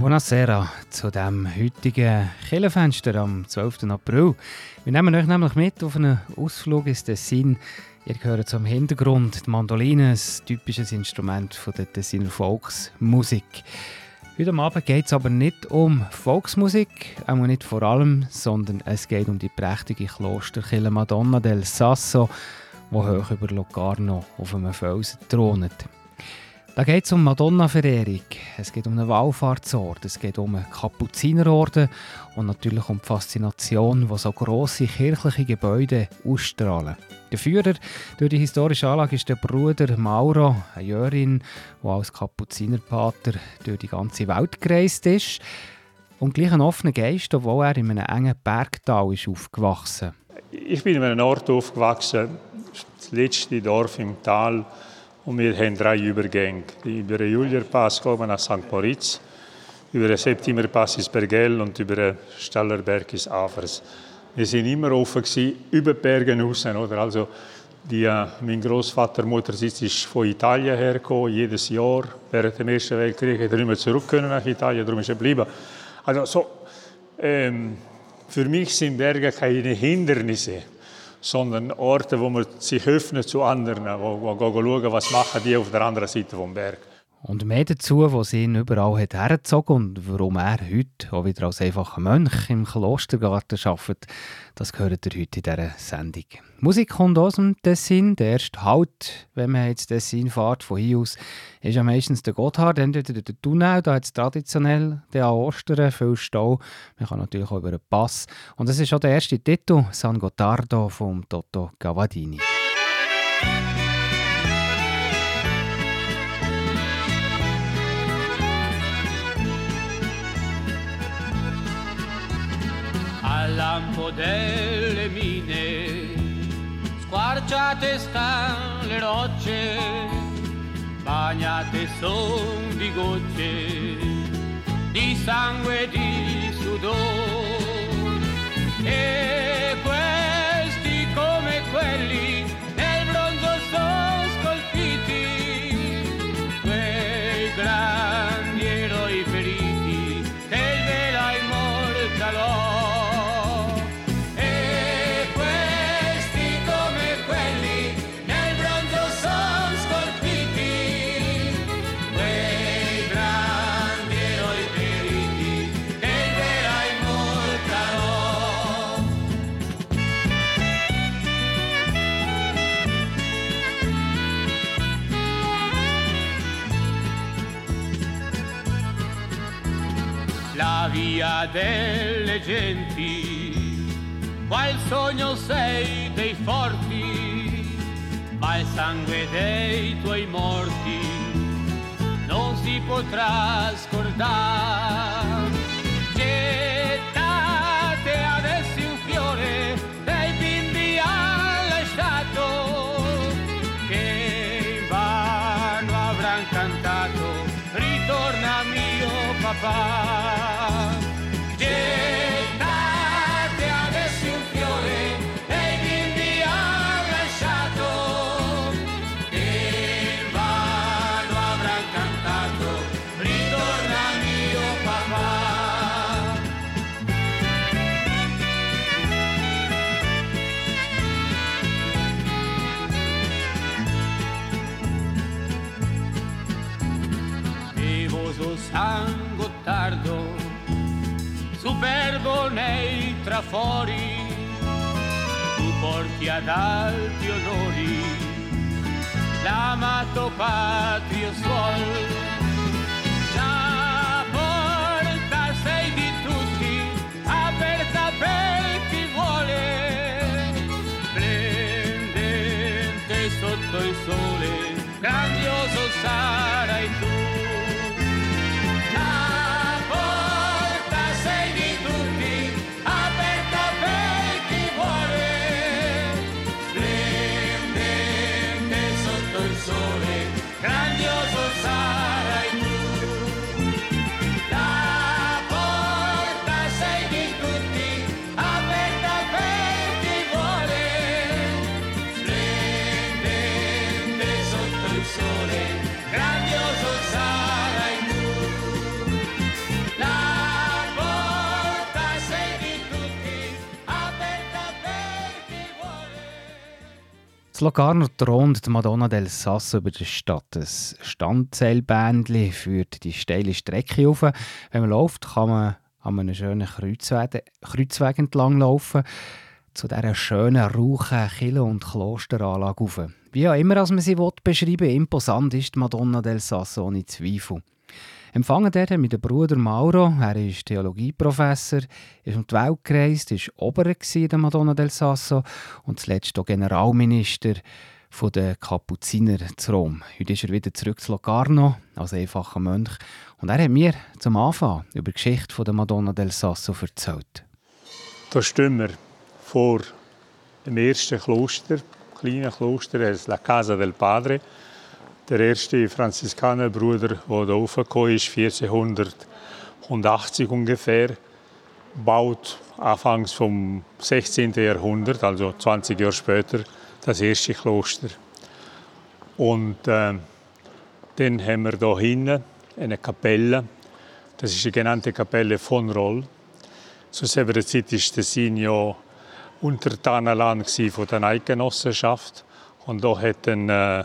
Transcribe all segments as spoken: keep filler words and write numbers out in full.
Buonasera zu dem heutigen Kirchenfenster am zwölften April. Wir nehmen euch nämlich mit auf einen Ausflug ins Tessin. Ihr hört zum Hintergrund die Mandoline, ein typisches Instrument von der Tessiner Volksmusik. Heute Abend geht es aber nicht um Volksmusik, auch nicht vor allem, sondern es geht um die prächtige Klosterkirche Madonna del Sasso, die hoch über Locarno auf einem Felsen thront. Da geht es um Madonna-Verehrung, es geht um einen Wallfahrtsort, es geht um einen Kapuzinerorden und natürlich um die Faszination, die so grosse kirchliche Gebäude ausstrahlen. Der Führer durch die historische Anlage ist der Bruder Mauro, ein Jörin, der als Kapuzinerpater durch die ganze Welt gereist ist und gleich ein offener Geist, obwohl er in einem engen Bergtal ist aufgewachsen. Ich bin in einem Ort aufgewachsen, das letzte Dorf im Tal. Und wir haben drei Übergänge. Über den Julierpass kommen wir nach Sankt Moritz, über den Septimerpass ins Bergell und über den Stallerberg ins Afers. Wir sind immer offen gewesen, über die Berge raus. Oder? Also die, äh, mein Großvater, Muttersitz ist von Italien hergekommen, jedes Jahr. Während dem Ersten Weltkrieg hat er nicht mehr zurück können nach Italien, darum ist er geblieben. Also so, ähm, für mich sind Berge keine Hindernisse, sondern Orte, wo man sich öffnet zu anderen, wo, wo schauen, was machen die auf der anderen Seite des Berges. Und mehr dazu, was ihn überall hat hergezogen und warum er heute auch wieder als einfacher Mönch im Klostergarten arbeitet, das gehört ihr heute in dieser Sendung. Musik kommt aus dem Tessin. Der erste Halt, wenn man ins Tessin fährt, von hier aus, ist ja meistens der Gotthard, entweder der Thunau, da hat es traditionell der an Ostern viel Stau. Man kann natürlich auch über den Pass. Und das ist auch der erste Titel, San Gottardo von Toto Gavadini. Al lampo delle mine, squarciate stan le rocce, bagnate son di gocce, di sangue e di sudore. E questi come quelli nel bronzo son scolpiti, quei grandi eroi feriti che il vela immortalò. La via delle genti, qua il sogno sei dei forti, ma il sangue dei tuoi morti non si potrà scordare. Gettate adesso un fiore dei bimbi all'estato, che invano avran cantato, ritorna mio papà. Gettate adesso un fiore dei bimbi han lasciato, che invano avran cantato, ritorna mio papà. Nevoso San Gottardo, superbo nei trafori, tu porti ad alti onori l'amato patrio suol. La porta sei di tutti, aperta per chi vuole, splendente sotto il sole, grandioso sarai tu. Sole, grandioso Locarno thront die Madonna del Sasso über der Stadt. Ein Standseilbändchen führt die steile Strecke rauf. Wenn man läuft, kann man an einem schönen Kreuzweg, Kreuzweg entlang laufen, zu dieser schönen, rauchen Kirche- und Klosteranlage rauf. Wie auch immer als man sie beschreiben will, imposant ist die Madonna del Sasso ohne Zweifel. Empfangen er mit dem Bruder Mauro, er ist Theologieprofessor, ist um die Welt gereist, war Oberer der Madonna del Sasso und zuletzt auch Generalminister der Kapuziner zu Rom. Heute ist er wieder zurück zu Locarno als einfacher Mönch und er hat mir zum Anfang über die Geschichte der Madonna del Sasso erzählt. Da stehen wir vor dem ersten Kloster, kleinen Kloster, das ist La Casa del Padre. Der erste Franziskanerbruder, der hier raufgekommen ist, vierzehnhundertachtzig ungefähr, baut anfangs vom sechzehnten Jahrhundert, also zwanzig Jahre später, das erste Kloster. Und äh, dann haben wir hier hinten eine Kapelle, das ist die genannte Kapelle von Roll. Zu selber Zeit war das ja Untertanenland von der Eidgenossenschaft und da hat ein äh,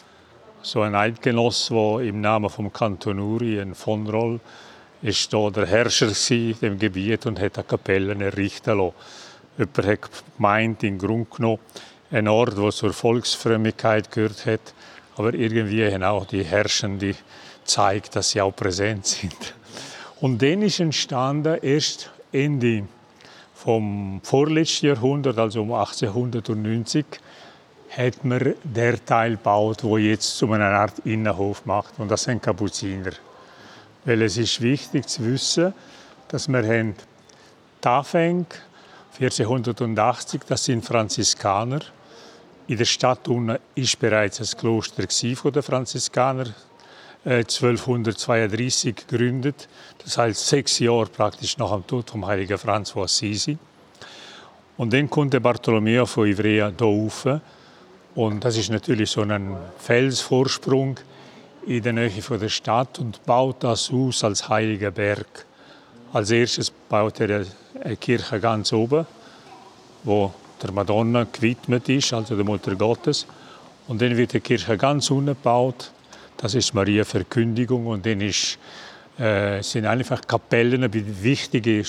so ein Eidgenoss, der im Namen vom Kanton Uri, ein von Roll, ist da der Herrscher in dem Gebiet und hat eine Kapelle errichten lassen. Jemand hat gemeint, im Grunde genommen, ein Ort, der zur Volksfrömmigkeit gehört hat, aber irgendwie haben auch die Herrschenden gezeigt, dass sie auch präsent sind. Und dann ist entstanden, erst Ende vom vorletzten Jahrhundert, also um achtzehnhundertneunzig, hat man der Teil gebaut, der jetzt zu einer Art Innenhof macht. Und das sind Kapuziner. Weil es ist wichtig zu wissen, dass wir haben die Anfänge vierzehnhundertachtzig, das sind Franziskaner. In der Stadt unten ist bereits ein Kloster von den Franziskaner, äh, zwölfhundertzweiunddreißig gegründet. Das heißt sechs Jahre praktisch nach dem Tod vom heiligen Franz von Assisi. Und dann kommt der Bartolomeo von Ivrea hier rauf. Und das ist natürlich so ein Felsvorsprung in der Nähe von der Stadt und baut das aus als heiliger Berg. Als erstes baut er eine Kirche ganz oben, wo der Madonna gewidmet ist, also der Mutter Gottes. Und dann wird die Kirche ganz unten gebaut. Das ist Maria Verkündigung und dann ist, äh, sind einfach Kapellen mit wichtigen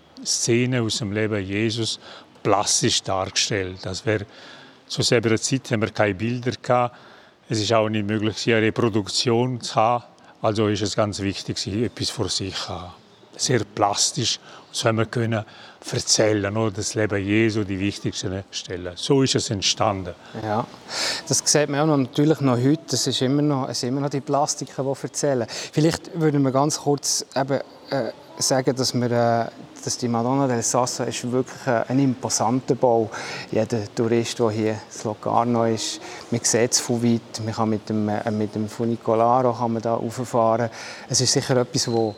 Szenen aus dem Leben Jesus plastisch dargestellt. Das wäre Zu selber Zeit haben wir keine Bilder gehabt. Es ist auch nicht möglich, eine Reproduktion zu haben. Also ist es ganz wichtig, etwas vor sich zu haben. Sehr plastisch. So haben wir können erzählen, oder? Das Leben Jesu, die wichtigsten Stellen. So ist es entstanden. Ja, das sieht man auch noch, natürlich noch heute. Es ist immer noch, es sind immer noch die Plastiken, die erzählen. Vielleicht würden wir ganz kurz eben, äh, sagen, dass wir äh, dass die Madonna del Sasso ist wirklich ein imposanter Bau. Jeder Tourist, der hier in Locarno ist, man sieht es von weit. Man kann mit dem, mit dem Funicolaro kann man da rauffahren. Es ist sicher etwas, das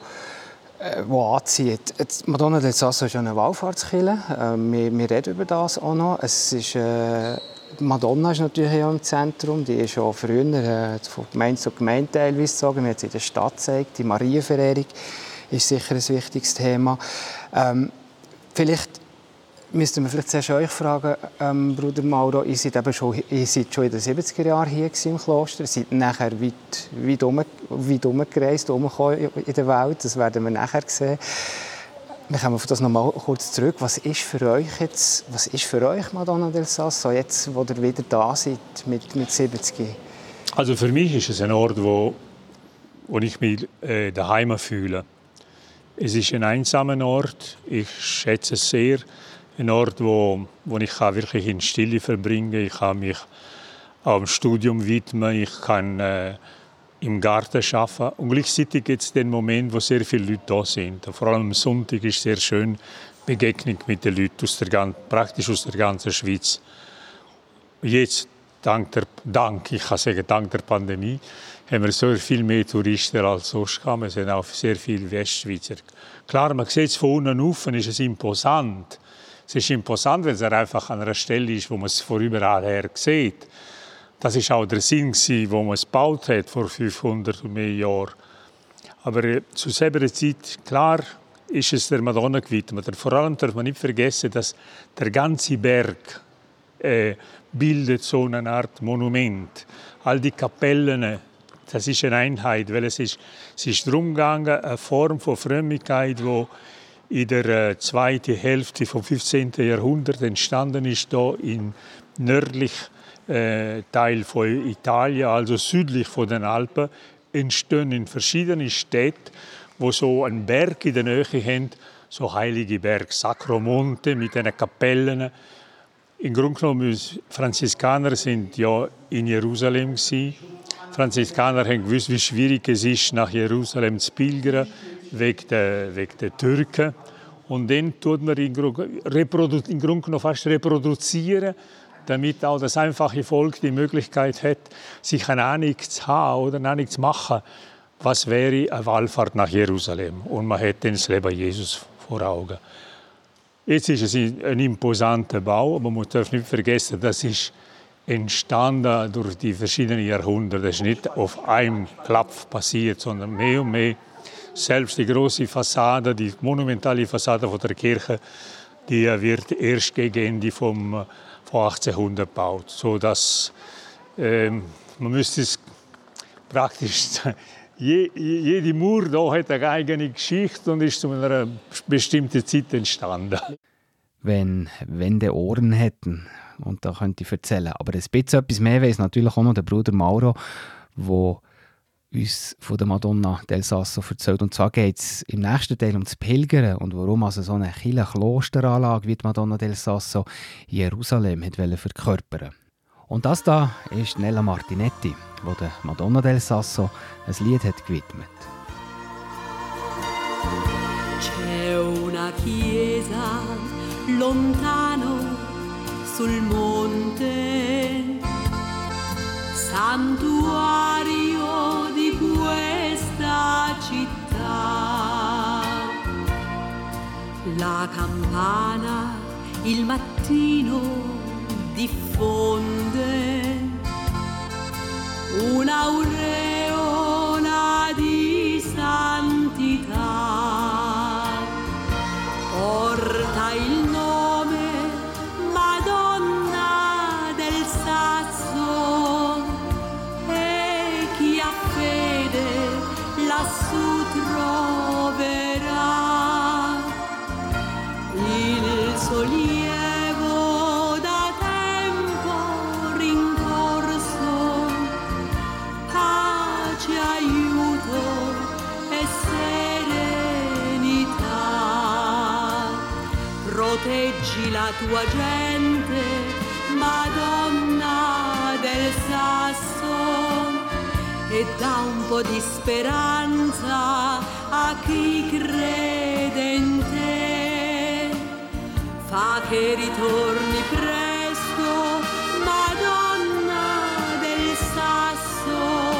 äh, anzieht. Die Madonna del Sasso ist eine Wallfahrtskirche. Äh, wir, wir reden über das auch noch. Es ist, äh, die Madonna ist natürlich auch im Zentrum. Die ist auch früher äh, von Gemeinde zu Gemeinde teilweise gezogen. Wir haben es in der Stadt gezeigt. Die Marienverehrung ist sicher ein wichtiges Thema. Ähm, vielleicht müssten wir vielleicht zuerst euch fragen, ähm, Bruder Mauro, ihr seid, eben schon, ihr seid schon in den siebziger Jahren hier im Kloster, ihr seid nachher weit, weit, um, weit umgereist, umgekommen in der Welt, das werden wir nachher sehen. Wir kommen auf das noch mal kurz zurück. Was ist für euch jetzt, was ist für euch Madonna del Sasso, jetzt, wo ihr wieder da seid mit, mit siebzig? Also für mich ist es ein Ort, wo, wo ich mich äh, daheim fühle. Es ist ein einsamer Ort. Ich schätze es sehr. Ein Ort, wo, wo ich wirklich in Stille verbringen kann. Ich kann mich auch dem Studium widmen. Ich kann äh, im Garten arbeiten. Und gleichzeitig gibt es den Moment, wo sehr viele Leute da sind. Vor allem am Sonntag ist sehr schön Begegnung mit den Leuten aus der, praktisch aus der ganzen Schweiz. Jetzt, dank der, dank, ich kann sagen, dank der Pandemie, haben wir so viel mehr Touristen als sonst gehabt. Es sind auch sehr viele Westschweizer. Klar, man sieht es von unten auf, ist es imposant. Es ist imposant, weil es einfach an einer Stelle ist, wo man es von überall her sieht. Das ist auch der Sinn, wo man es gebaut hat, vor fünfhundert und mehr Jahren. Aber äh, zu selber Zeit, klar, ist es der Madonna gewidmet. Vor allem darf man nicht vergessen, dass der ganze Berg äh, bildet so eine Art Monument. All die Kapellen, das ist eine Einheit, weil es ist, es ist darum gegangen, eine Form von Frömmigkeit, die in der äh, zweiten Hälfte des fünfzehnten Jahrhunderts entstanden ist, hier im nördlichen äh, Teil von Italien, also südlich von den Alpen, entstehen in verschiedenen Städten, wo so einen Berg in der Nähe haben, so heilige Berg, Sacromonte mit den Kapellen. Im Grunde genommen, Franziskaner sind ja in Jerusalem gewesen. Franziskaner haben gewusst, wie schwierig es ist, nach Jerusalem zu pilgern, wegen der, wegen der Türken. Und dann tut man im Grunde, im Grunde genommen fast reproduzieren, damit auch das einfache Volk die Möglichkeit hat, sich eine Ahnung zu haben oder eine Ahnung zu machen, was wäre eine Wallfahrt nach Jerusalem. Und man hat dann das Leben Jesus vor Augen. Jetzt ist es ein imposanter Bau, aber man darf nicht vergessen, das ist entstanden durch die verschiedenen Jahrhunderte. Das ist nicht auf einem Klapp passiert, sondern mehr und mehr. Selbst die große Fassade, die monumentale Fassade von der Kirche, die wird erst gegen Ende vom, von achtzehnhundert gebaut, so dass ähm, man müsste es praktisch Je, jede Mauer hier hat eine eigene Geschichte und ist zu einer bestimmten Zeit entstanden. Wenn Wände Ohren hätten, und da könnte ich erzählen. Aber ein bisschen etwas mehr weiss natürlich auch noch der Bruder Mauro, der uns von der Madonna del Sasso erzählt. Und zwar geht es im nächsten Teil um das Pilgern und warum also so eine Kirchen-Klosteranlage wie die Madonna del Sasso in Jerusalem hat verkörpern. Und das da ist Nella Martinetti, die der Madonna del Sasso ein Lied hat gewidmet. C'è una chiesa lontano sul monte, santuario di questa città. La campana il mattino diffonde un'aureola di santità, porta il nome Madonna del Sasso e chi ha fede lassù troverà il sollievo. Proteggi la tua gente, Madonna del Sasso, e dà un po' di speranza a chi crede in te. Fa che ritorni presto, Madonna del Sasso,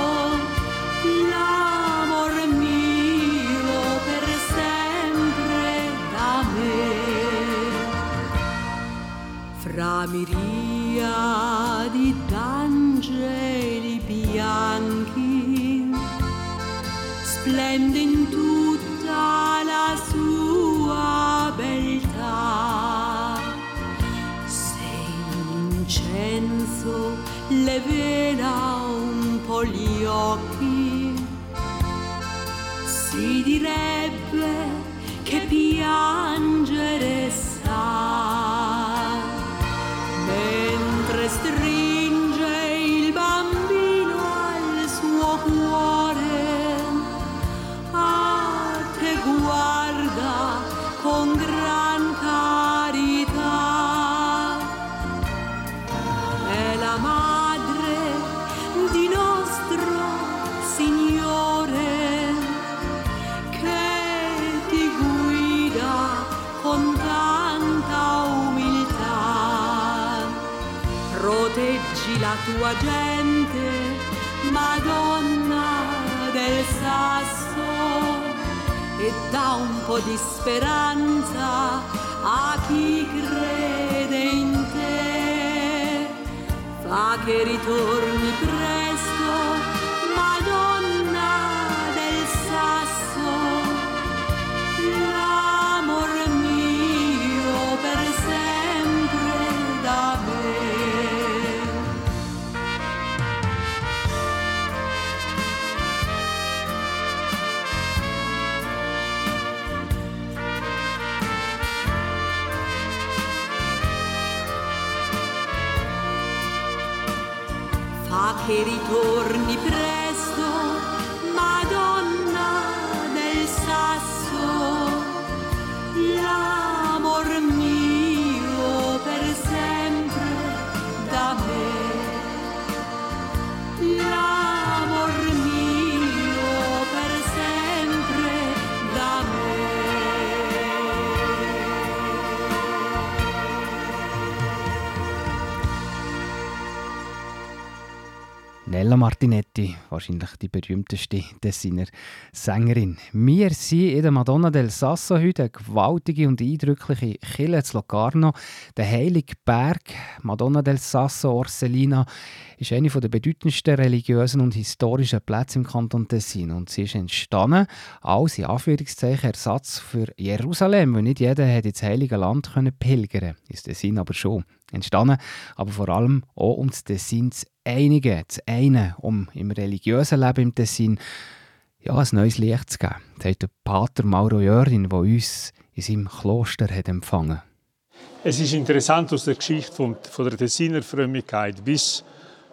l'amor mio per sempre da me. Fra miriadi d'angeli bianchi splende in tutta la sua beltà. Se l'incenso le vela un po' gli occhi, si direbbe che piangere sa. Mentre stringe il bambino al suo cuore, a te guarda con gran carità. È la madre di nostro Signore che ti guida con tanta umiltà. Proteggi la tua gente, Madonna del Sasso, e dà un po' di speranza a chi crede in te. Fa che ritorni presto, Madonna del Sasso, l'amor mio per sempre da me. che ritorni presto, Madonna del Sasso, l'amor mio per sempre da me, l'amor mio per sempre da me. Nella Martinetti, wahrscheinlich die berühmteste Tessiner Sängerin. Wir sind in der Madonna del Sasso heute, eine gewaltige und eindrückliche Kirche in Locarno. Der Heilige Berg, Madonna del Sasso Orselina, ist eine der bedeutendsten religiösen und historischen Plätze im Kanton Tessin. Und sie ist entstanden als in Anführungszeichen Ersatz für Jerusalem, weil nicht jeder hat ins Heilige Land können pilgern, ins Tessin aber schon. Entstanden, aber vor allem auch um das Tessin zu einigen, zu einen, um im religiösen Leben im Tessin ja, ein neues Licht zu geben. Das hat der Pater Mauro Jörin, der uns in seinem Kloster hat empfangen hat. Es ist interessant aus der Geschichte von, von der Tessiner Frömmigkeit bis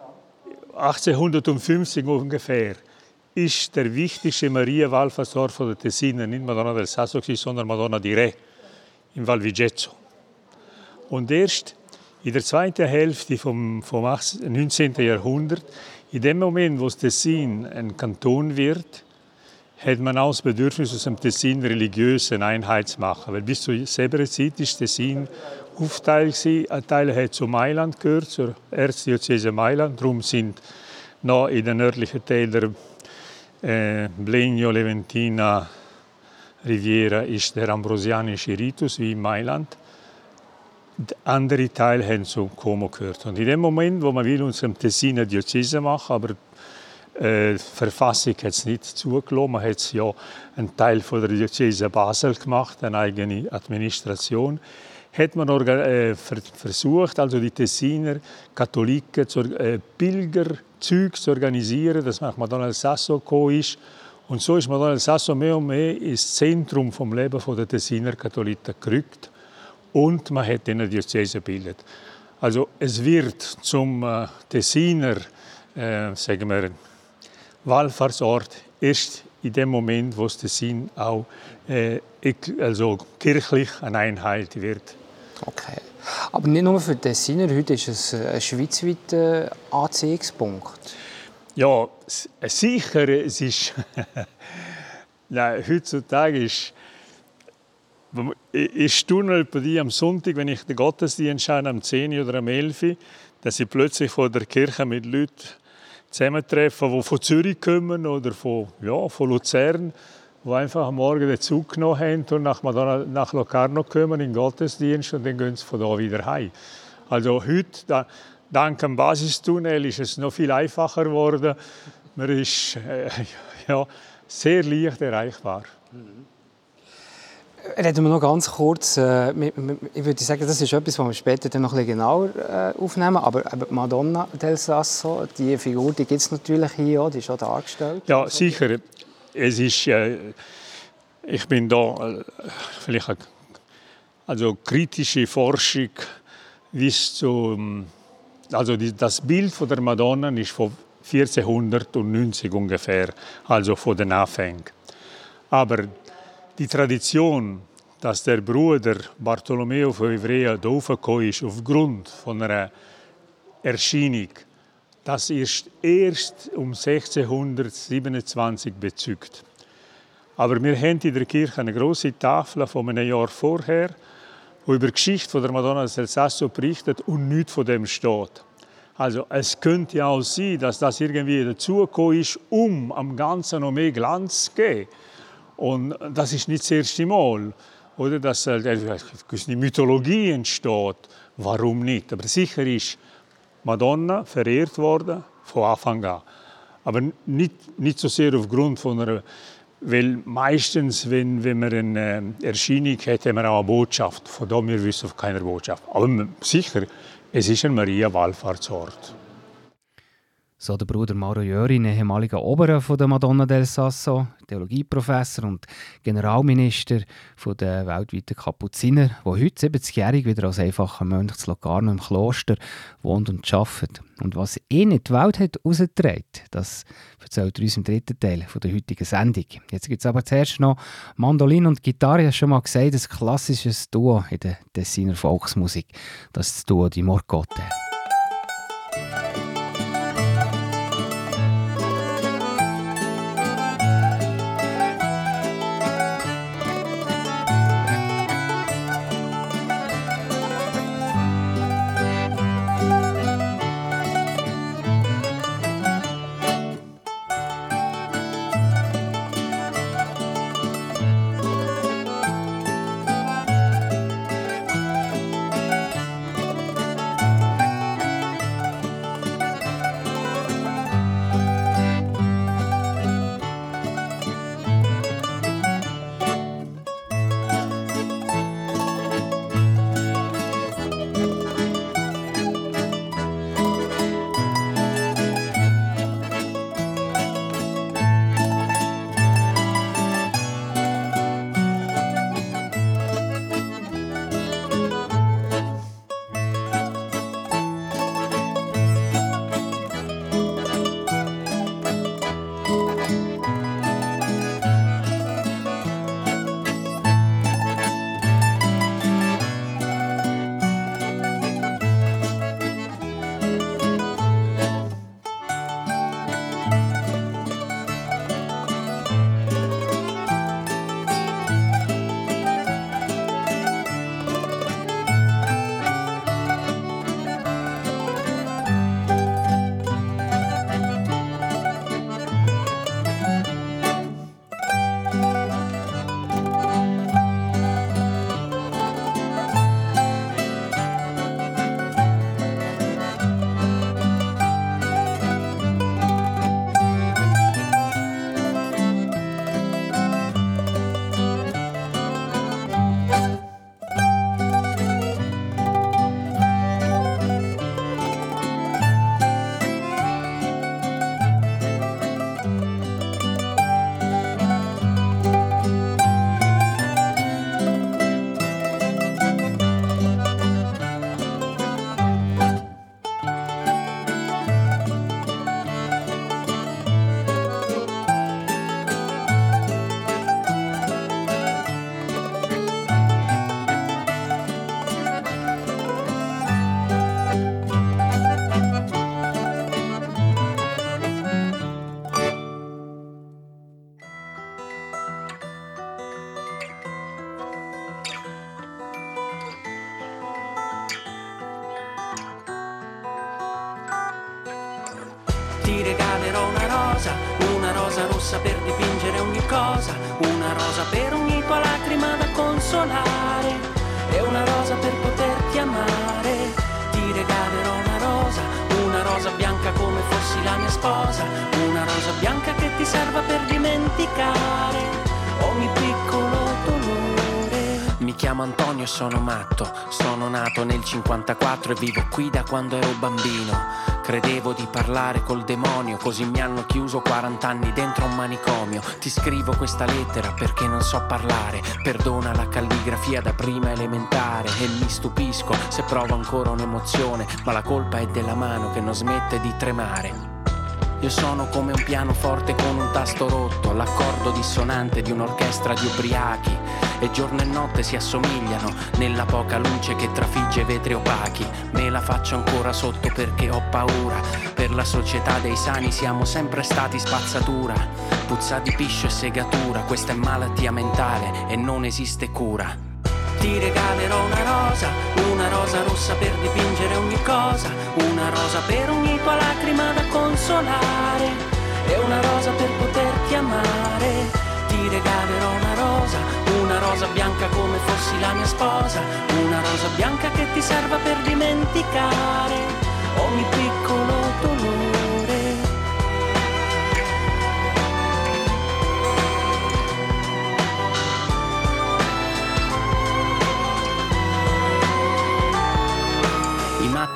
achtzehnhundertfünfzig ungefähr ist der wichtigste Maria-Wallfahrtsort von der Tessiner nicht Madonna del Sasso, sondern Madonna di Re im Val Vigezzo. Und erst in der zweiten Hälfte vom, vom neunzehnten Jahrhundert, in dem Moment, wo das Tessin ein Kanton wird, hat man auch das Bedürfnis, aus dem Tessin religiös eine Einheit zu machen. Weil bis zu selber Zeit war Tessin aufgeteilt. Ein Teil hat zu Mailand gehört, zur Erzdiözese Mailand. Darum sind noch in den nördlichen Tälern äh, Blegno, Leventina, Riviera ist der ambrosianische Ritus wie in Mailand. Andere Teile haben zu Como gehört. Und in dem Moment, wo man will, unserem Tessin eine Diözese machen, aber äh, die Verfassung hat es nicht zugelassen. Man hat ja einen Teil von der Diözese Basel gemacht, eine eigene Administration. Hat man äh, versucht, also die Tessiner Katholiken zu äh, Pilgerzüge zu organisieren, dass man nach Madonna del Sasso gekommen ist. Und so ist Madonna del Sasso mehr und mehr ins Zentrum des Lebens der Tessiner Katholiken gerückt. Und man hat eine Diözese gebildet. Also es wird zum äh, Tessiner, äh, sagen wir, Wallfahrtsort erst in dem Moment, wo das Tessin auch äh, also kirchlich eine Einheit wird. Okay. Aber nicht nur für die Tessiner, heute ist es ein schweizweiter Anziehungspunkt. Ja, sicher. Es ist Nein, heutzutage ist Ich staune bei dir am Sonntag, wenn ich den Gottesdienst schaue, am zehn oder am elf, dass ich plötzlich vor der Kirche mit Leuten zusammentreffe, die von Zürich kommen oder von, ja, von Luzern, die einfach am Morgen den Zug genommen haben und nach, Madonna, nach Locarno kommen in den Gottesdienst und dann gehen sie von da wieder heim. Also heute, da, dank dem Basistunnel, ist es noch viel einfacher geworden. Man ist äh, ja, sehr leicht erreichbar. Reden wir noch ganz kurz, äh, ich würde sagen, das ist etwas, was wir später dann noch ein bisschen genauer äh, aufnehmen, aber, aber Madonna del Sasso, die Figur, die gibt es natürlich hier, die ist auch dargestellt. Ja, sicher. Es ist, äh, ich bin da, äh, vielleicht eine, also kritische Forschung, bis zu, also die, das Bild von der Madonna ist von vierzehnhundertneunzig ungefähr, also von den Anfängen. Aber die Tradition, dass der Bruder Bartolomeo von Ivrea da raufgekommen ist aufgrund von einer Erscheinung, das ist erst um sechzehnhundertsiebenundzwanzig bezeugt. Aber wir haben in der Kirche eine große Tafel von einem Jahr vorher, die über die Geschichte von der Madonna del Sasso berichtet und nichts von dem steht. Also es könnte ja auch sein, dass das irgendwie dazugekommen ist, um am Ganzen noch mehr Glanz zu geben. Und das ist nicht das erste Mal, oder, dass eine Mythologie entsteht. Warum nicht? Aber sicher ist Madonna verehrt worden von Anfang an. Aber nicht, nicht so sehr aufgrund von einer, weil meistens, wenn, wenn man eine Erscheinung hat, haben wir auch eine Botschaft. Von da wir wissen auf keiner Botschaft. Aber sicher, es ist ein Maria-Wallfahrtsort. So der Bruder Mauro Jörin, ehemaliger Oberer von der Madonna del Sasso, Theologieprofessor und Generalminister von der weltweiten Kapuziner, der heute siebzigjährig wieder als einfacher Mönch zu Locarno im Kloster wohnt und arbeitet. Und was ihn in die Welt hat herausgetragen, das erzählt er uns im dritten Teil von der heutigen Sendung. Jetzt gibt es aber zuerst noch Mandoline und Gitarre. Ich habe schon mal gesagt, ein klassisches Duo in der Tessiner Volksmusik. Das ist das Duo «Die Morcotte». Ti regalerò una rosa, una rosa rossa per dipingere ogni cosa, una rosa per ogni tua lacrima da consolare, e una rosa per poterti amare. Ti regalerò una rosa, una rosa bianca come fossi la mia sposa, una rosa bianca che ti serva per dimenticare ogni piccolo dolore. Mi chiamo Antonio e sono matto, sono nato nel cinquantaquattro e vivo qui da quando ero bambino. Credevo di parlare col demonio, così mi hanno chiuso quarant'anni dentro un manicomio. Ti scrivo questa lettera perché non so parlare, perdona la calligrafia da prima elementare, e mi stupisco se provo ancora un'emozione, ma la colpa è della mano che non smette di tremare. Io sono come un pianoforte con un tasto rotto, l'accordo dissonante di un'orchestra di ubriachi, e giorno e notte si assomigliano nella poca luce che trafigge vetri opachi. Me la faccio ancora sotto perché ho paura, per la società dei sani siamo sempre stati spazzatura, puzza di piscio e segatura, questa è malattia mentale e non esiste cura. Ti regalerò una rosa, una rosa rossa per dipingere ogni cosa, una rosa per ogni tua lacrima da consolare, e una rosa per poterti amare. Ti regalerò una rosa, una rosa bianca come fossi la mia sposa, una rosa bianca che ti serva per dimenticare ogni piccolo dolore.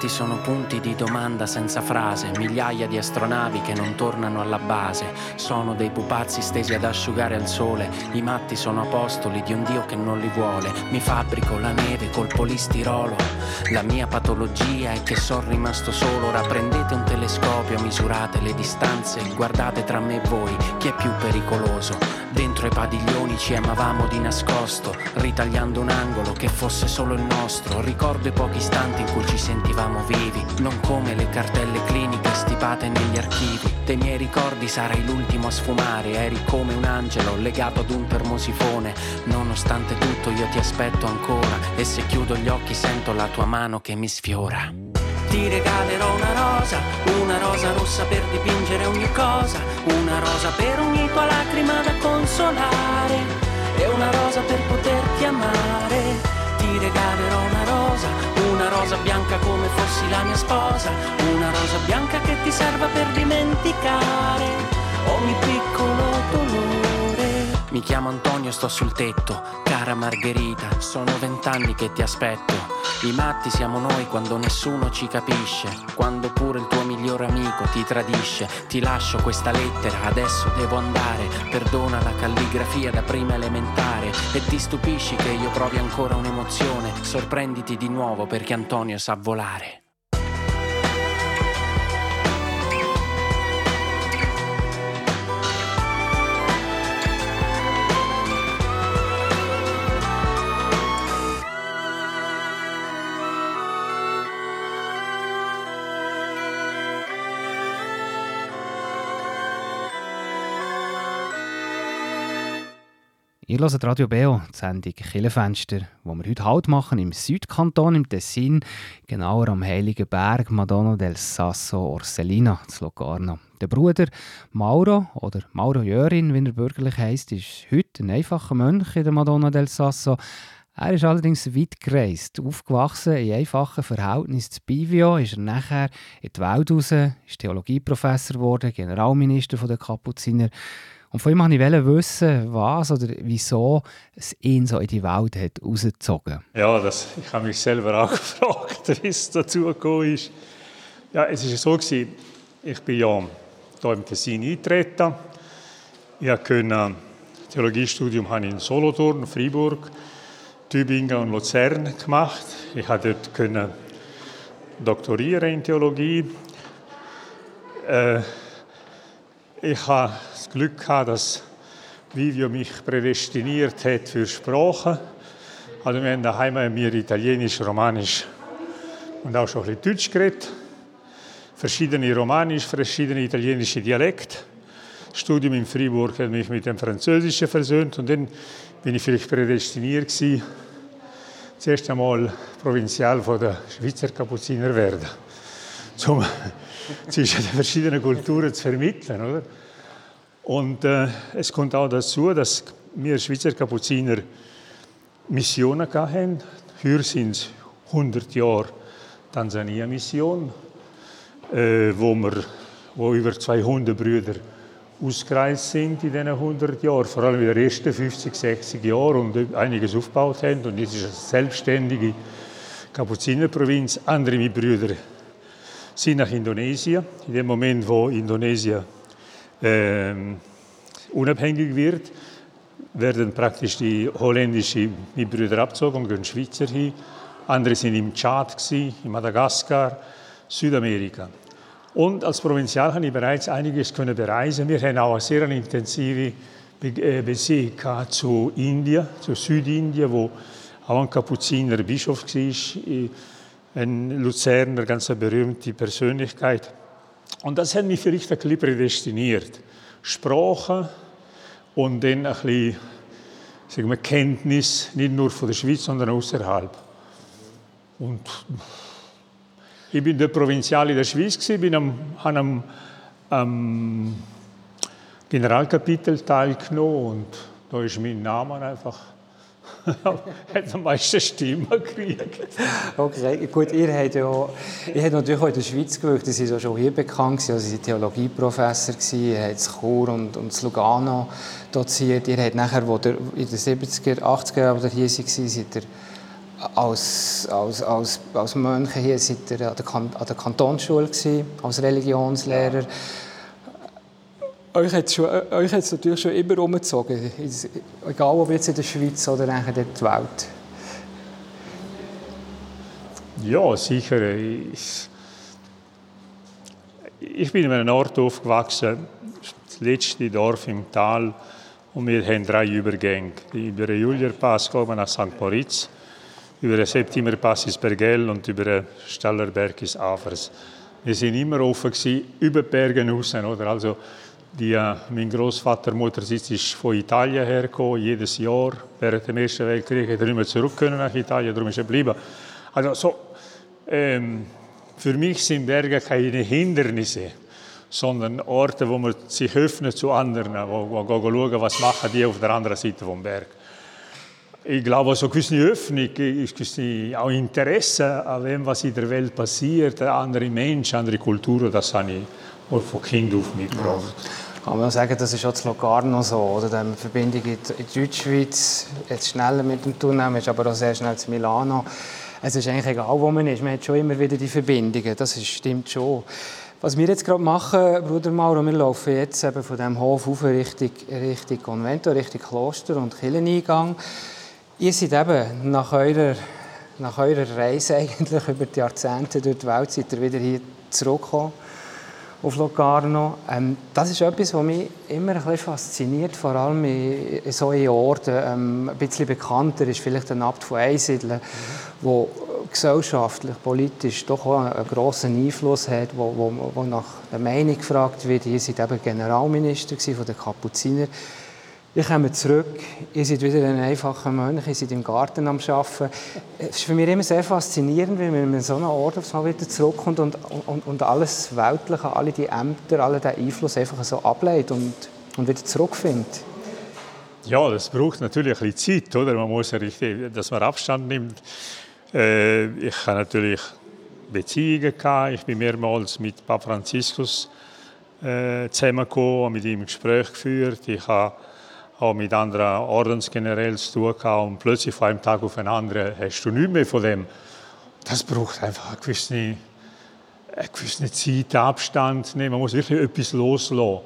matti sono punti di domanda senza frase, migliaia di astronavi che non tornano alla base. Sono dei pupazzi stesi ad asciugare al sole, i matti sono apostoli di un Dio che non li vuole. Mi fabbrico la neve col polistirolo, la mia patologia è che sono rimasto solo. Ora prendete un telescopio, misurate le distanze, guardate tra me e voi chi è più pericoloso. Dentro i padiglioni ci amavamo di nascosto, ritagliando un angolo che fosse solo il nostro. Ricordo i pochi istanti in cui ci sentivamo vivi, non come le cartelle cliniche stipate negli archivi. Dei miei ricordi sarai l'ultimo a sfumare, eri come un angelo legato ad un termosifone. Nonostante tutto io ti aspetto ancora, e se chiudo gli occhi sento la tua mano che mi sfiora. Ti regalerò una rosa, una rosa rossa per dipingere ogni cosa, una rosa per ogni tua lacrima da consolare, e una rosa per poterti amare. Ti regalerò una rosa, una rosa bianca come fossi la mia sposa, una rosa bianca che ti serva per dimenticare ogni piccolo dolore. Mi chiamo Antonio, sto sul tetto, cara Margherita, sono vent'anni che ti aspetto. I matti siamo noi quando nessuno ci capisce, quando pure il tuo migliore amico ti tradisce. Ti lascio questa lettera, adesso devo andare, perdona la calligrafia da prima elementare, e ti stupisci che io provi ancora un'emozione, sorprenditi di nuovo perché Antonio sa volare. Ihr hört Radio Beo, die Sendung Kirchenfenster, wo wir heute Halt machen im Südkanton, im Tessin, genauer am Heiligen Berg Madonna del Sasso Orselina, zu Locarno. Der Bruder Mauro, oder Mauro Jörin, wie er bürgerlich heisst, ist heute ein einfacher Mönch in der Madonna del Sasso. Er ist allerdings weit gereist, aufgewachsen in einfachen Verhältnissen zu Bivio, ist er nachher in die Welt raus, ist Theologieprofessor geworden, Generalminister der Kapuziner. Und von ihm wollte ich wissen, was oder wieso es ihn so in die Welt hat rausgezogen. Ja, das, ich habe mich selber auch gefragt, wie es dazu gekommen ist. Ja, es war so, gewesen, ich bin ja hier im Tessin eingetreten. Ich konnte ein Theologiestudium in Solothurn, Freiburg, Tübingen und Luzern gemacht. Ich konnte dort doktorieren in Theologie. Äh, Ich hatte das Glück, dass Vivio mich prädestiniert hat für Sprachen. Also wir haben daheim mir Italienisch, Romanisch und auch schon ein bisschen Deutsch geredet. Verschiedene Romanisch, verschiedene italienische Dialekte. Das Studium in Freiburg hat mich mit dem Französischen versöhnt und dann bin ich vielleicht prädestiniert gewesen, zuerst einmal Provinzial von der Schweizer Kapuziner werden, um zwischen den verschiedenen Kulturen zu vermitteln, oder? Und äh, es kommt auch dazu, dass wir Schweizer Kapuziner Missionen hatten. Hier sind es hundert Jahre Tansania-Mission, äh, wo, wir, wo über zweihundert Brüder ausgereist sind in diesen hundert Jahren, vor allem in den ersten fünfzig, sechzig Jahren und einiges aufgebaut haben. Und jetzt ist es eine selbstständige Kapuzinerprovinz. Andere mit Brüder sind nach Indonesien. In dem Moment, wo Indonesien äh, unabhängig wird, werden praktisch die holländischen Mitbrüder abgezogen und gehen Schweizer hin. Andere sind im Tschad, in Madagaskar, Südamerika. Und als Provinzial habe ich bereits einiges können bereisen. Wir haben auch eine sehr intensive Beziehung zu Indien, zu Südindien, wo auch ein Kapuziner Bischof war. Ein Luzerner, ganz eine berühmte Persönlichkeit. Und das hat mich vielleicht ein bisschen prädestiniert. Sprache und dann ein bisschen, sagen wir, Kenntnis, nicht nur von der Schweiz, sondern außerhalb. Und ich bin der Provinzial in der Schweiz, bin am, am, am Generalkapitel teilgenommen und da ist mein Name einfach hat am meisten Stimmen gekriegt. Okay, gut, ihr habt, ja, ihr habt natürlich auch in der Schweiz gewirkt, Sie waren schon hier bekannt, also Sie waren Theologieprofessor, ihr habt in Chur und, und in Lugano doziert, ihr habt nachher, wo ihr in den siebziger, achtziger Jahren hier war, seid ihr als, als, als, als Mönche hier seid ihr an der, kan- an der Kantonsschule gewesen, als Religionslehrer. Ja. Euch hat es euch hat's natürlich schon immer umgezogen, egal ob jetzt in der Schweiz oder in der Welt. Ja, sicher. Ich, ich bin in einem Ort aufgewachsen, das letzte Dorf im Tal, und wir haben drei Übergänge. Über den Julierpass kommen wir nach Sankt Moritz, über den Septimerpass ins Bergell und über den Stallerberg ins Afers. Wir sind immer offen gewesen, über die Berge raus, oder? Also, die, äh, mein Großvater, Muttersitz ist von Italien hergekommen, jedes Jahr. Während dem Ersten Weltkrieg hat er nicht mehr zurück können nach Italien, darum ist er geblieben. Also, so, ähm, für mich sind Berge keine Hindernisse, sondern Orte, wo man sich öffnet zu anderen, wo man schauen, was machen die auf der anderen Seite des Berges. Ich glaube, so eine gewisse Öffnung, ein gewisses auch Interesse an dem, was in der Welt passiert, andere Menschen, andere Kulturen, das habe ich von Kind auf mitgebracht. Ja. Kann man sagen, das ist auch zu Locarno so, oder? Die Verbindung in die Deutschschweiz, jetzt schneller mit dem Tournament, ist aber auch sehr schnell zu Milano. Es ist eigentlich egal, wo man ist, man hat schon immer wieder die Verbindungen, das ist, stimmt schon. Was wir jetzt gerade machen, Bruder Mauro, wir laufen jetzt eben von diesem Hof auf Richtung, Richtung Convento, Richtung Kloster und Kircheneingang. Ihr seid eben nach eurer, nach eurer Reise eigentlich über die Jahrzehnte durch die Welt, seid ihr wieder hier zurückgekommen auf Locarno. Ähm, das ist etwas, was mich immer ein bisschen fasziniert, vor allem in, in solchen Orten. Ähm, ein bisschen bekannter ist vielleicht der Abt von Einsiedeln, wo gesellschaftlich, politisch doch auch einen grossen Einfluss hat, wo, wo, wo nach der Meinung gefragt wird. Ihr seid eben Generalminister von den Kapuziner. Ihr kommt zurück, ihr seid wieder ein einfacher Mönch, ihr seid im Garten am Arbeiten. Es ist für mich immer sehr faszinierend, wenn man in so einem Ort aufs Mal wieder zurückkommt und, und, und alles Weltliche, alle die Ämter, alle den Einfluss einfach so ablegt und, und wieder zurückfindet. Ja, das braucht natürlich ein bisschen Zeit, oder? Man muss ja richtig, dass man Abstand nimmt. Äh, ich habe natürlich Beziehungen gehabt. Ich bin mehrmals mit Papst Franziskus äh, zusammengekommen, mit ihm ein Gespräch geführt. Ich habe auch mit anderen Ordensgenerälen zu tun gehabt und plötzlich von einem Tag auf den anderen hast du nichts mehr von dem. Das braucht einfach eine gewisse, eine gewisse Zeit, Abstand nehmen. Man muss wirklich etwas loslassen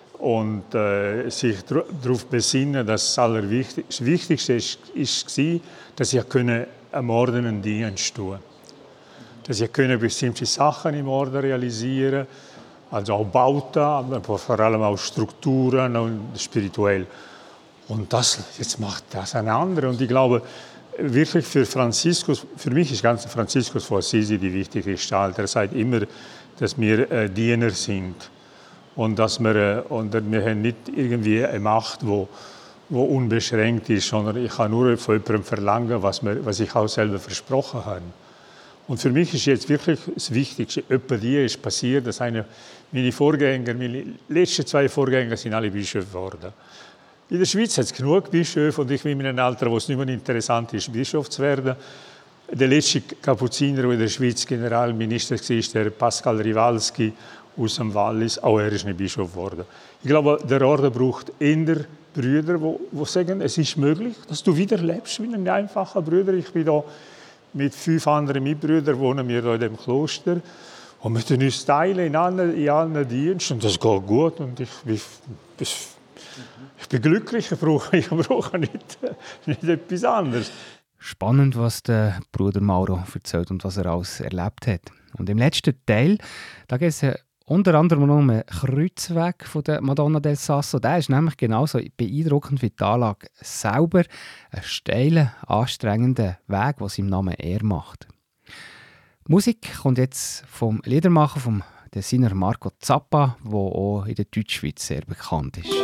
und äh, sich darauf besinnen, dass das Allerwichtigste Wichtigste ist, ist war, dass ich einem Orden einen Dienst tun konnte. Dass ich bestimmte Sachen im Orden realisieren konnte, also auch Bauten, aber vor allem auch Strukturen und spirituell. Und das, jetzt macht das ein anderer. Und ich glaube, wirklich für Franziskus, für mich ist ganz Franziskus von Assisi die wichtige Gestalt. Er sagt immer, dass wir äh, Diener sind. Und dass wir, äh, und wir haben nicht irgendwie eine Macht, die wo, wo unbeschränkt ist, sondern ich kann nur von jemandem verlangen, was, wir, was ich auch selber versprochen habe. Und für mich ist jetzt wirklich das Wichtigste, etwa die ist passiert, dass eine, meine Vorgänger, meine letzten zwei Vorgänger sind alle Bischöfe geworden. In der Schweiz hat es genug Bischöfe und ich bin in einem Alter, wo es nicht mehr interessant ist, Bischof zu werden. Der letzte Kapuziner, der in der Schweiz Generalminister war, der Pascal Rivalski aus dem Wallis, auch er ist nicht Bischof geworden. Ich glaube, der Orden braucht eher Brüder, die sagen, es ist möglich, dass du wieder lebst wie ein einfacher Bruder. Ich bin da mit fünf anderen Mitbrüdern, wohnen wir hier in dem Kloster. Und wir teilen uns teilen in allen, in allen Diensten. Und das geht gut. Und ich, ich, ich, ich bin glücklich, ich brauche, ich brauche nicht, nicht etwas anderes. Spannend, was der Bruder Mauro erzählt und was er alles erlebt hat. Und im letzten Teil, da geht es unter anderem um einen Kreuzweg von der Madonna del Sasso. Der ist nämlich genauso beeindruckend wie die Anlage selber. Ein steiler, anstrengender Weg, der seinem Namen Ehre macht. Die Musik kommt jetzt vom Liedermacher, vom Tessiner Marco Zappa, der auch in der Deutschschweiz sehr bekannt ist.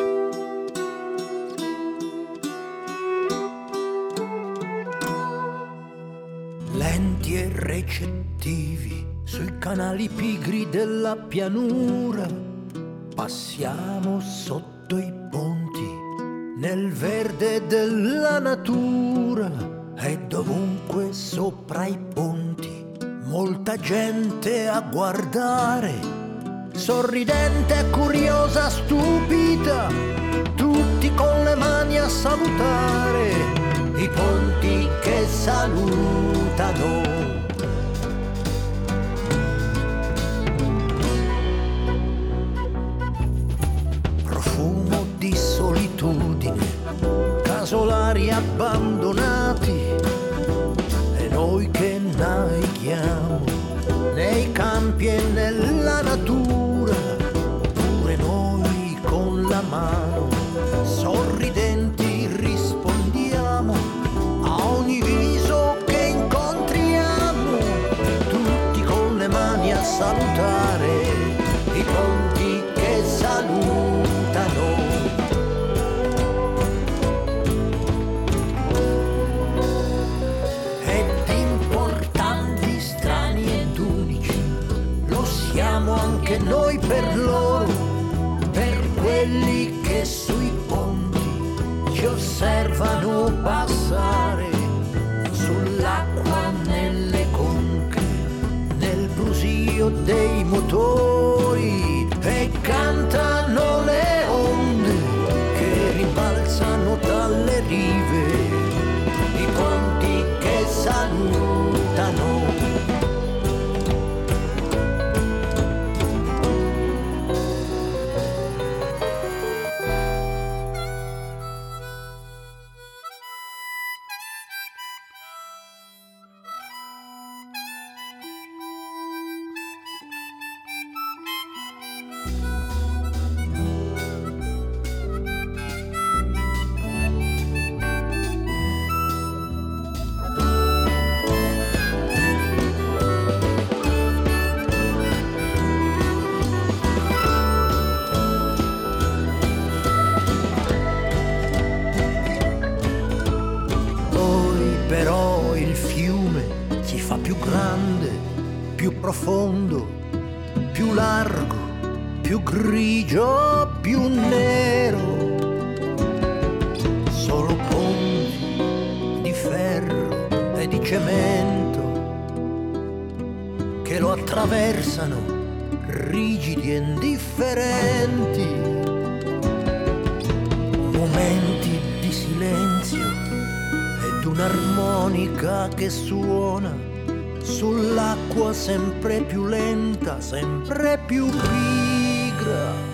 Lenti e recettivi sui canali pigri della pianura, passiamo sotto i ponti nel verde della natura e dovunque sopra i ponti molta gente a guardare, sorridente, curiosa, stupida, tutti con le mani a salutare i ponti che salutano. Profumo di solitudine, casolari abbandonati, e noi che navighiamo nei campi e nella natura, pure noi con la mano sorridenti rispondiamo a ogni viso che incontriamo, tutti con le mani a salutare i ponti che salutano. Ed importanti, strani ed unici lo siamo anche noi per loro, per quelli che sui ponti ci osservano passare, sull'acqua, nelle conche, nel brusio dei motori, e cantano le onde che rimbalzano dalle rive, i ponti che salutano. Profondo, più largo, più grigio, più nero, solo ponti di ferro e di cemento che lo attraversano, rigidi e indifferenti, momenti di silenzio ed un'armonica che suona sull'acqua sempre più lenta, sempre più pigra.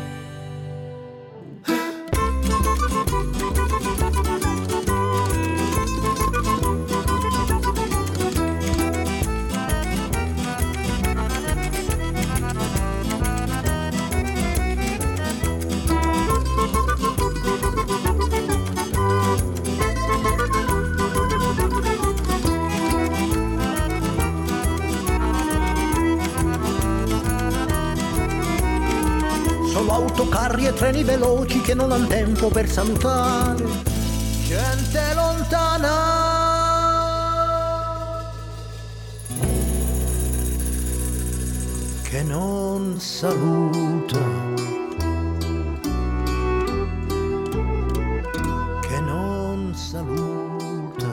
Autocarri e treni veloci che non han tempo per salutare gente lontana, che non saluta, che non saluta,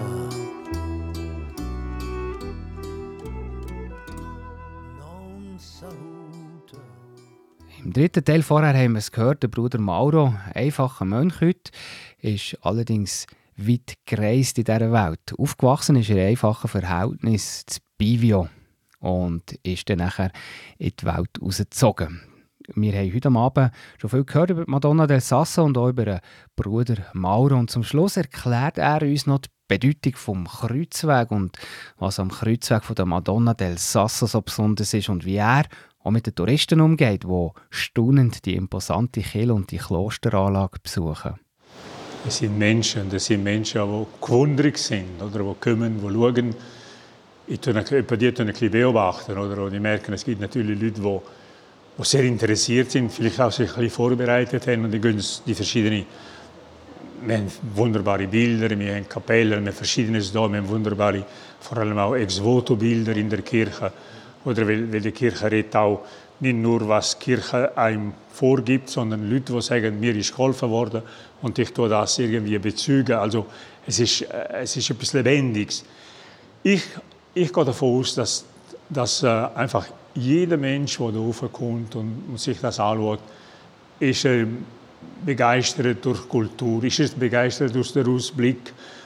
non saluta. Im dritten Teil vorher haben wir es gehört, der Bruder Mauro, einfacher Mönch heute, ist allerdings weit gereist in dieser Welt. Aufgewachsen ist er in einfachen Verhältnissen zu Bivio und ist dann nachher in die Welt rausgezogen. Wir haben heute Abend schon viel gehört über Madonna del Sasso und auch über den Bruder Mauro. Und zum Schluss erklärt er uns noch die Bedeutung des Kreuzwegs und was am Kreuzweg von der Madonna del Sasso so besonders ist und wie er auch mit den Touristen umgeht, die staunend die imposante Kirche und die Klosteranlage besuchen. Es sind Menschen, das sind Menschen, die gewundert sind, oder die kommen, die schauen. Ich tue die ein bisschen beobachten, oder? Und ich merke, es gibt natürlich Leute, die, die sehr interessiert sind, vielleicht auch sich ein bisschen vorbereitet haben und die gehen die verschiedenen. Wir haben wunderbare Bilder, wir haben Kapellen, wir haben Verschiedenes da, wir haben wunderbare, vor allem auch Ex-Voto-Bilder in der Kirche. Oder weil, weil die Kirche redet auch nicht nur, was die Kirche einem vorgibt, sondern Leute, die sagen, mir ist geholfen worden und ich tue das irgendwie bezeugen. Also es ist, es ist etwas Lebendiges. Ich, ich gehe davon aus, dass, dass äh, einfach jeder Mensch, der da raufkommt und, und sich das anschaut, ist äh, begeistert durch Kultur, ist begeistert durch den Ausblick,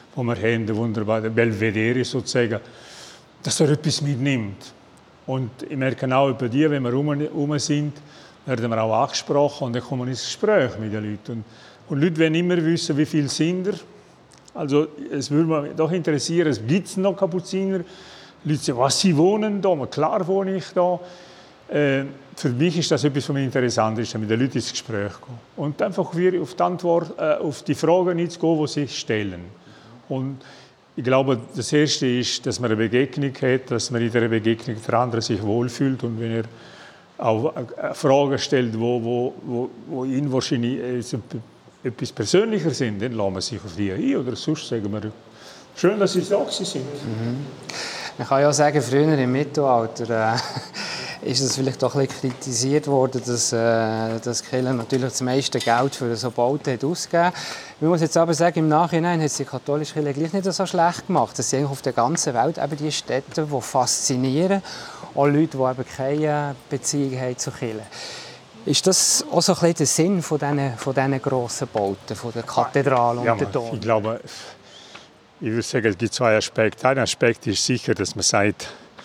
wo wir haben, der wunderbare Belvedere sozusagen, dass er etwas mitnimmt. Und ich merke auch bei dir, wenn wir rum, rum sind, werden wir auch angesprochen und dann kommen wir ins Gespräch mit den Leuten. Und, und Leute wollen immer wissen, wie viele sind er. Also es würde mich doch interessieren, es gibt noch Kapuziner. Leute sagen, was, sie wohnen da? Klar wohne ich da. Äh, für mich ist das etwas, was mir interessant ist, mit den Leuten ins Gespräch zu gehen. Und einfach auf die, Antwort, äh, auf die Fragen einzugehen, die sie stellen. Und ich glaube, das Erste ist, dass man eine Begegnung hat, dass man in dieser Begegnung der andere sich wohlfühlt. Und wenn er auch Fragen stellt, wo, wo, wo, wo ihn wahrscheinlich etwas persönlicher sind, dann lassen wir sich auf die ein. Oder sonst sagen wir, schön, dass Sie da sind. Mhm. Man kann ja sagen, früher im Mittelalter äh, ist es vielleicht doch ein bisschen kritisiert worden, dass, äh, dass die Kirche natürlich das meiste Geld für so Bauten hat ausgegeben hat. Ich muss jetzt aber sagen, im Nachhinein hat es die katholische Kirche gleich nicht so schlecht gemacht. Es sind auf der ganzen Welt eben die Städte, die faszinieren, auch Leute, die eben keine Beziehung haben zur Kirche. Ist das auch so ein bisschen der Sinn von diesen, von diesen grossen Bauten, von der Kathedrale und ja, der Dom? Ich glaube, ich würde sagen, es gibt zwei Aspekte. Ein Aspekt ist sicher, dass man sagt,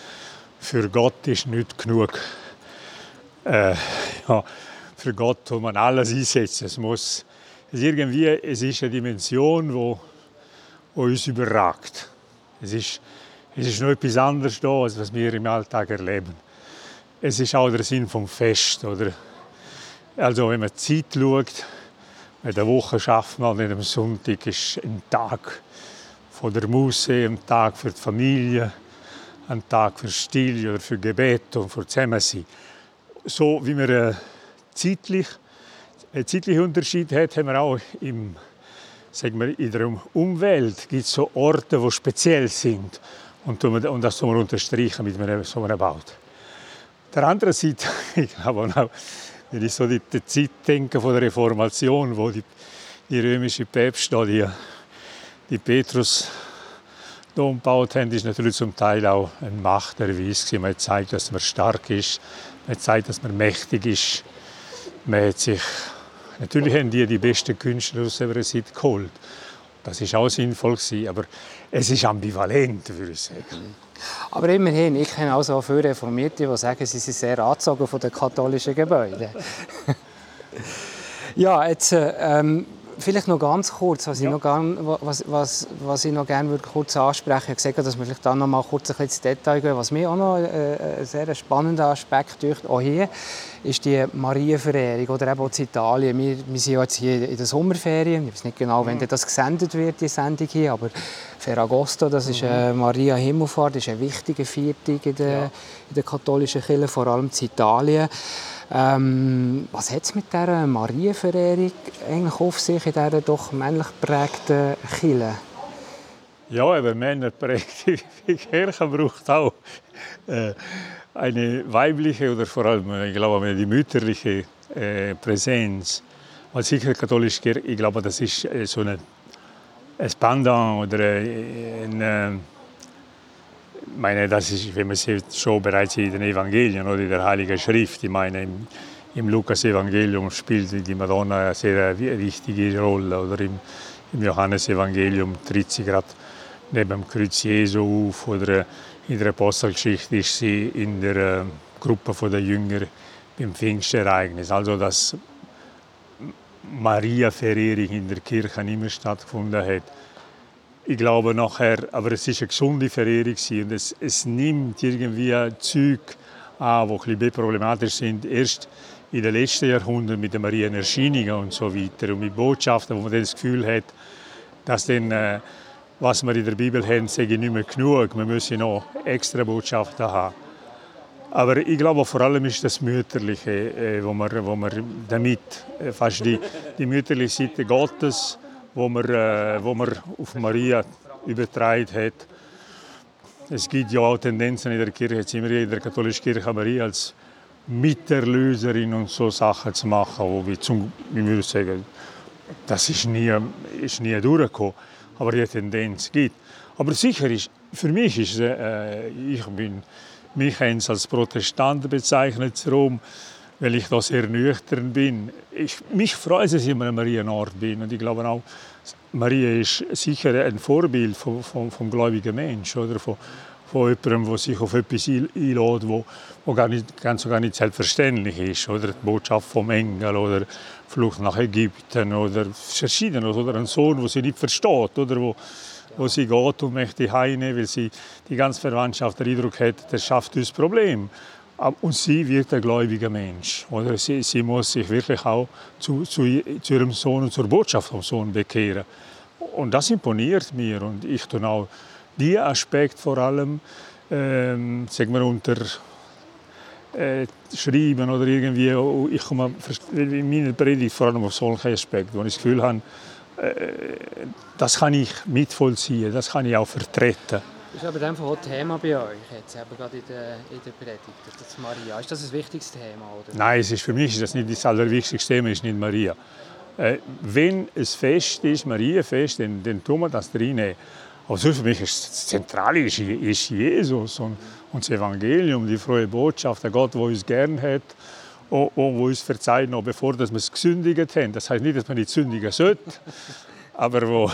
für Gott ist nicht genug. Äh, ja, für Gott muss man alles einsetzen. Es, muss, es, irgendwie, es ist eine Dimension, die wo, wo uns überragt. Es ist, es ist noch etwas anderes da, als was wir im Alltag erleben. Es ist auch der Sinn vom Fest. Oder? Also wenn man die Zeit schaut, in der Woche schafft man, und am Sonntag ist ein Tag von der Muße, ein Tag für die Familie, ein Tag für Stille oder für Gebet und für Zusammensein. So wie man äh, zeitlich, einen zeitlichen Unterschied hat, haben wir auch im, sagen wir, in der Umwelt gibt es so Orte, die speziell sind. Und, und das soll man unterstreichen mit einem, so einem Bau. Der andere Seite, ich glaube auch, wenn ich so an die, die Zeit denke von der Reformation, wo die, die römische Päpste die, die Petrus Dom gebaut haben, ist natürlich zum Teil auch ein Machterweis. Man hat gezeigt, dass man stark ist, man hat gezeigt, dass man mächtig ist. Man hat sich, natürlich haben die die besten Künstler aus ihrer Zeit geholt. Das war auch sinnvoll, aber es ist ambivalent, würde ich sagen. Aber immerhin, ich kenne also auch viele Reformierte, die sagen, sie sind sehr angezogen von den katholischen Gebäuden. Ja, jetzt ähm, vielleicht noch ganz kurz, was, ja. ich, noch gern, was, was, was ich noch gerne kurz ansprechen würde. Ich habe gesagt, dass wir vielleicht dann noch mal kurz ein bisschen ins Detail gehen. Was mir auch noch äh, ein sehr spannender Aspekt ist, auch hier, ist die Marienverehrung oder eben auch in Italien. Wir, wir sind ja jetzt hier in der Sommerferien. Ich weiß nicht genau, wann das gesendet wird, die Sendung hier, aber Ferragosto, das ist äh, Maria Himmelfahrt, das ist ein wichtiger Viertag in der, ja. in der katholischen Kirche, vor allem in Italien. Ähm, was hat es mit dieser Marienverehrung eigentlich auf sich in dieser doch männlich geprägten Kirche? Ja, aber Männer prägte Kirche braucht auch äh, eine weibliche oder vor allem, ich glaube, die mütterliche äh, Präsenz. Weil sicher katholisch, ich glaube, das ist äh, so eine, ein Pendant oder äh, ein, äh, ich meine, das ist, wenn man sieht, schon bereits in den Evangelien oder in der Heiligen Schrift. Ich meine, im, im Lukas-Evangelium spielt die Madonna eine sehr wichtige Rolle. Oder im, im Johannes-Evangelium tritt sie gerade neben dem Kreuz Jesu auf. Oder in der Apostelgeschichte ist sie in der äh, Gruppe der Jünger beim Pfingstereignis. Also, dass Maria-Verehrung in der Kirche nicht mehr stattgefunden hat. Ich glaube nachher, aber es ist eine gesunde Verehrung und es, es nimmt irgendwie Züge an, die ein bisschen problematisch sind. Erst in den letzten Jahrhunderten mit den Marienerscheinungen und so weiter und mit Botschaften, wo man dann das Gefühl hat, dass dann, äh, was wir in der Bibel haben, sage ich nicht mehr genug. Wir müssen noch extra Botschaften haben. Aber ich glaube, vor allem ist das Mütterliche, äh, wo man, wo man damit äh, fast die, die mütterliche Seite Gottes, wo man, äh, wo man auf Maria übertragen hat. Es gibt ja auch Tendenzen in der Kirche, jetzt immer in der katholischen Kirche Maria als Miterlöserin und so Sachen zu machen, wo wir zum, ich würde sagen, das ist nie, ist nie durchgekommen, aber die Tendenz gibt. Aber sicher ist, für mich ist, äh, ich bin, mich als Protestant bezeichnet, Rom, weil ich da sehr nüchtern bin. Ich, mich freut es, dass ich immer ein Marienort bin. Und ich glaube auch, Maria ist sicher ein Vorbild vom, vom, vom gläubigen Menschen, oder? Von, von jemandem, der sich auf etwas einlädt, wo, wo gar nicht, ganz so gar nicht selbstverständlich ist. Oder die Botschaft vom Engel oder Flucht nach Ägypten oder verschiedenes. Oder ein Sohn, der sie nicht versteht, oder? Wo, wo sie geht und möchte heimnehmen, weil sie die ganze Verwandtschaft den Eindruck hat, das schafft uns Problem. Und sie wird ein gläubiger Mensch. Oder? Sie, sie muss sich wirklich auch zu, zu, zu ihrem Sohn und zur Botschaft vom Sohn bekehren. Und das imponiert mir. Und ich tue auch diesen Aspekt vor allem ähm, sagen wir, unter äh, Schreiben oder irgendwie. Ich komme in meiner Predigt vor allem auf solche Aspekte, wo ich das Gefühl habe, äh, das kann ich mitvollziehen, das kann ich auch vertreten. Das ist aber dann auch Thema bei euch, jetzt eben gerade in der, in der Predigt, das Maria. Ist das ein wichtiges Thema? Oder? Nein, es ist, für mich ist das nicht das allerwichtigste Thema, ist nicht Maria. Äh, wenn es Fest ist, Marienfest, dann, dann tun wir das reinnehmen. Aber für mich ist das Zentrale ist, ist Jesus und, und das Evangelium, die frohe Botschaft, der Gott, der uns gern hat und, und uns verzeiht, noch bevor wir es gesündigt haben. Das heißt nicht, dass man nicht sündigen sollte, aber wo...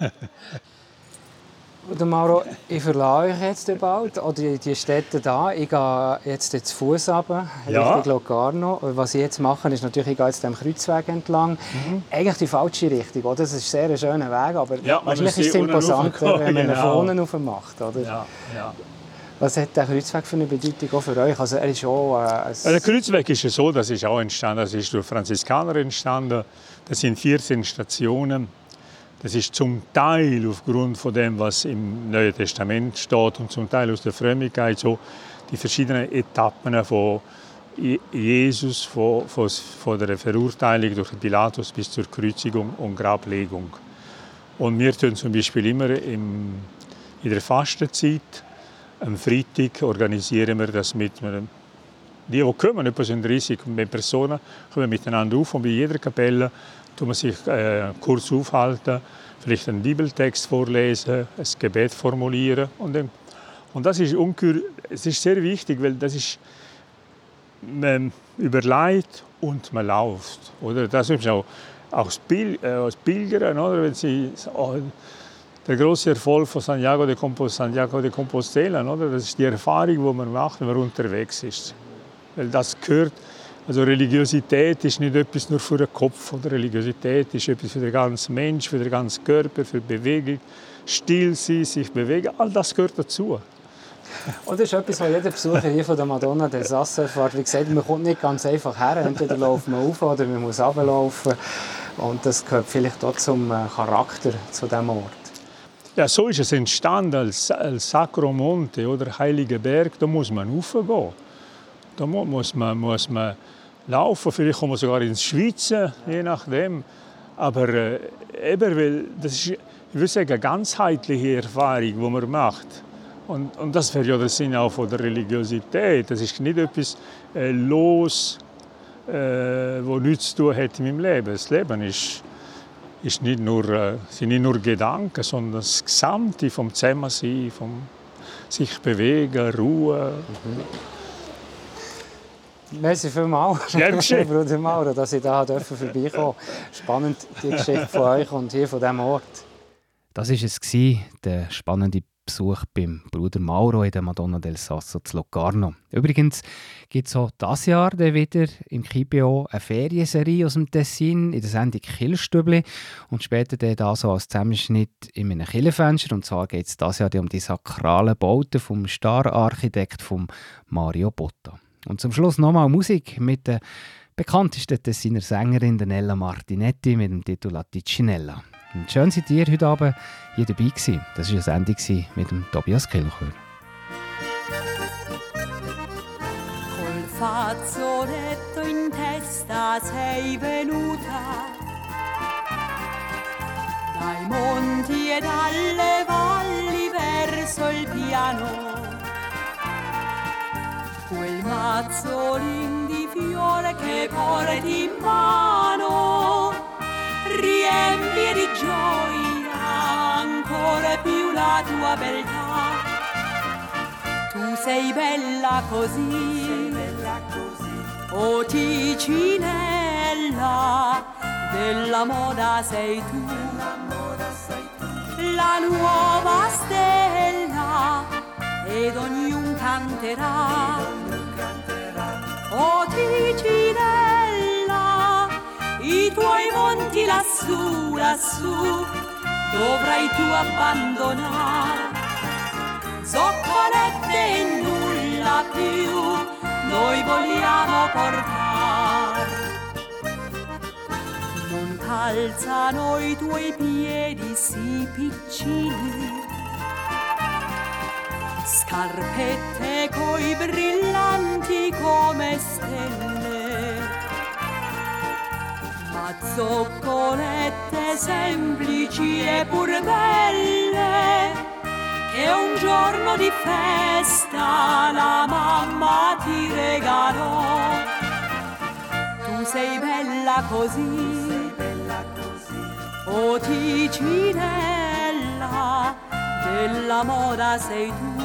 Oder Mauro, ich verlasse euch jetzt bald, oder die, die Städte da. Ich gehe jetzt zu Fuß runter, ja. Richtung Locarno. Was ich jetzt mache, ist natürlich, ich gehe jetzt dem Kreuzweg entlang. Mhm. Eigentlich die falsche Richtung, oder? Das ist ein sehr schöner Weg, aber ja, wahrscheinlich ist es imposanter, wenn man ihn genau. vorne rauf macht, oder? Ja, ja. Was hat der Kreuzweg für eine Bedeutung auch für euch? Also er ist auch, äh, der Kreuzweg ist so, das ist auch entstanden, das ist durch Franziskaner entstanden. Das sind vierzehn Stationen. Das ist zum Teil aufgrund von dem, was im Neuen Testament steht und zum Teil aus der Frömmigkeit so die verschiedenen Etappen von Jesus, von, von, von der Verurteilung durch Pilatus bis zur Kreuzigung und Grablegung. Und wir tun zum Beispiel immer im, in der Fastenzeit, am Freitag organisieren wir das mit einem, die, die kommen, etwa sind dreißig Personen, kommen miteinander auf und bei jeder Kapelle tun wir sich äh, kurz aufhalten, vielleicht einen Bibeltext vorlesen, ein Gebet formulieren. Und, dann, und das ist ungeheuer, es ist sehr wichtig, weil das ist, man überlegt und man läuft. Oder? Das ist auch, auch das, Pil, äh, das Pilgern, oder? Wenn Sie, oh, der große Erfolg von Santiago de, Compos, Santiago de Compostela, oder? Das ist die Erfahrung, die man macht, wenn man unterwegs ist. Weil das gehört. Also Religiosität ist nicht etwas nur für den Kopf, oder Religiosität ist etwas für den ganzen Mensch, für den ganzen Körper, für die Bewegung. Still sein, sich bewegen, all das gehört dazu. Und das ist etwas, was jeder Besucher hier von der Madonna del Sasso erfährt. Wie gesagt, man kommt nicht ganz einfach her. Entweder läuft man auf oder man muss runterlaufen. Und das gehört vielleicht auch zum Charakter zu diesem Ort. Ja, so ist es entstanden als, als Sacro Monte oder Heiliger Berg. Da muss man raufgehen. Da muss man, muss man laufen, vielleicht kommen wir sogar ins Schwitzen, je nachdem. Aber äh, eben, weil das ist, ich würde sagen, eine ganzheitliche Erfahrung, die man macht. Und, und das wäre ja der Sinn auch von der Religiosität. Das ist nicht etwas äh, los, äh, was nichts zu tun hat in meinem Leben. Das Leben ist, ist nicht nur, äh, sind nicht nur Gedanken, sondern das Gesamte vom Zusammensein, vom sich bewegen, Ruhe. Mhm. Merci vielmals, Bruder Mauro, dass ich hier vorbeikommen durfte. Spannend, die Geschichte von euch und hier von diesem Ort. Das war es, der spannende Besuch beim Bruder Mauro in der Madonna del Sasso zu Locarno. Übrigens gibt es auch dieses Jahr wieder im K I B O eine Ferienserie aus dem Tessin in der Sendung Kirchenstübli und später dann das als Zusammenschnitt in einem Kirchenfenster. Und zwar geht es dieses Jahr um die sakralen Bauten vom Star-Architekt von Mario Botta. Und zum Schluss nochmal Musik mit der bekanntesten Tessiner Sängerin Nella Martinetti mit dem Titel La Ticinella. Und schön seid ihr heute Abend hier dabei gewesen. Das war eine Sendung mit dem Tobias Kilchör. Col fazzoletto in testa sei venuta dai monti e dalle valli verso il piano. Quel mazzolin di fiore che porti in mano riempie di gioia ancora più la tua beltà. Tu sei bella così, sei bella così. O Ticinella, della moda sei tu, la nuova stella, ed ognun canterà. O Ticinella, i tuoi monti lassù, lassù, dovrai tu abbandonare. Zoccolette e nulla più noi vogliamo portar. Non calzano i tuoi piedi sì piccini, scarpette coi brillanti come stelle, ma zoccolette semplici e pur belle, che un giorno di festa la mamma ti regalò. Tu sei bella così, o Ticinella, della moda sei tu,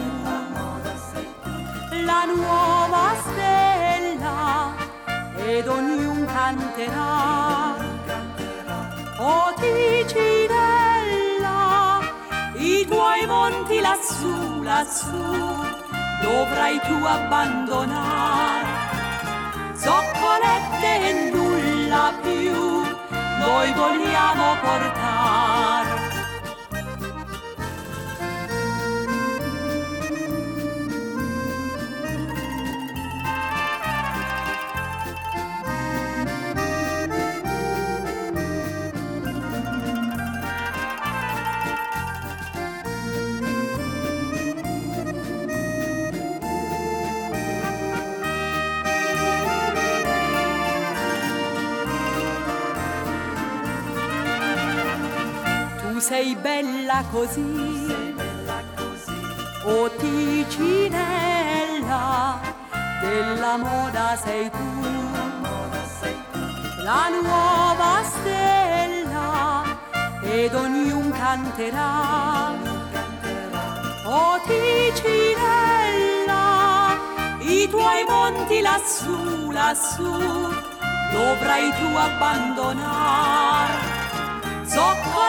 la nuova stella, ed ognun canterà. O Ticinella, i tuoi monti lassù, lassù, dovrai tu abbandonare. Zoccolette e nulla più noi vogliamo portar. Sei bella così, sei bella così, o Ticinella, della moda sei tu, moda sei tu, la nuova stella, ed ognun canterà. O Ticinella, i tuoi monti lassù, lassù, dovrai tu abbandonar. Zoccolette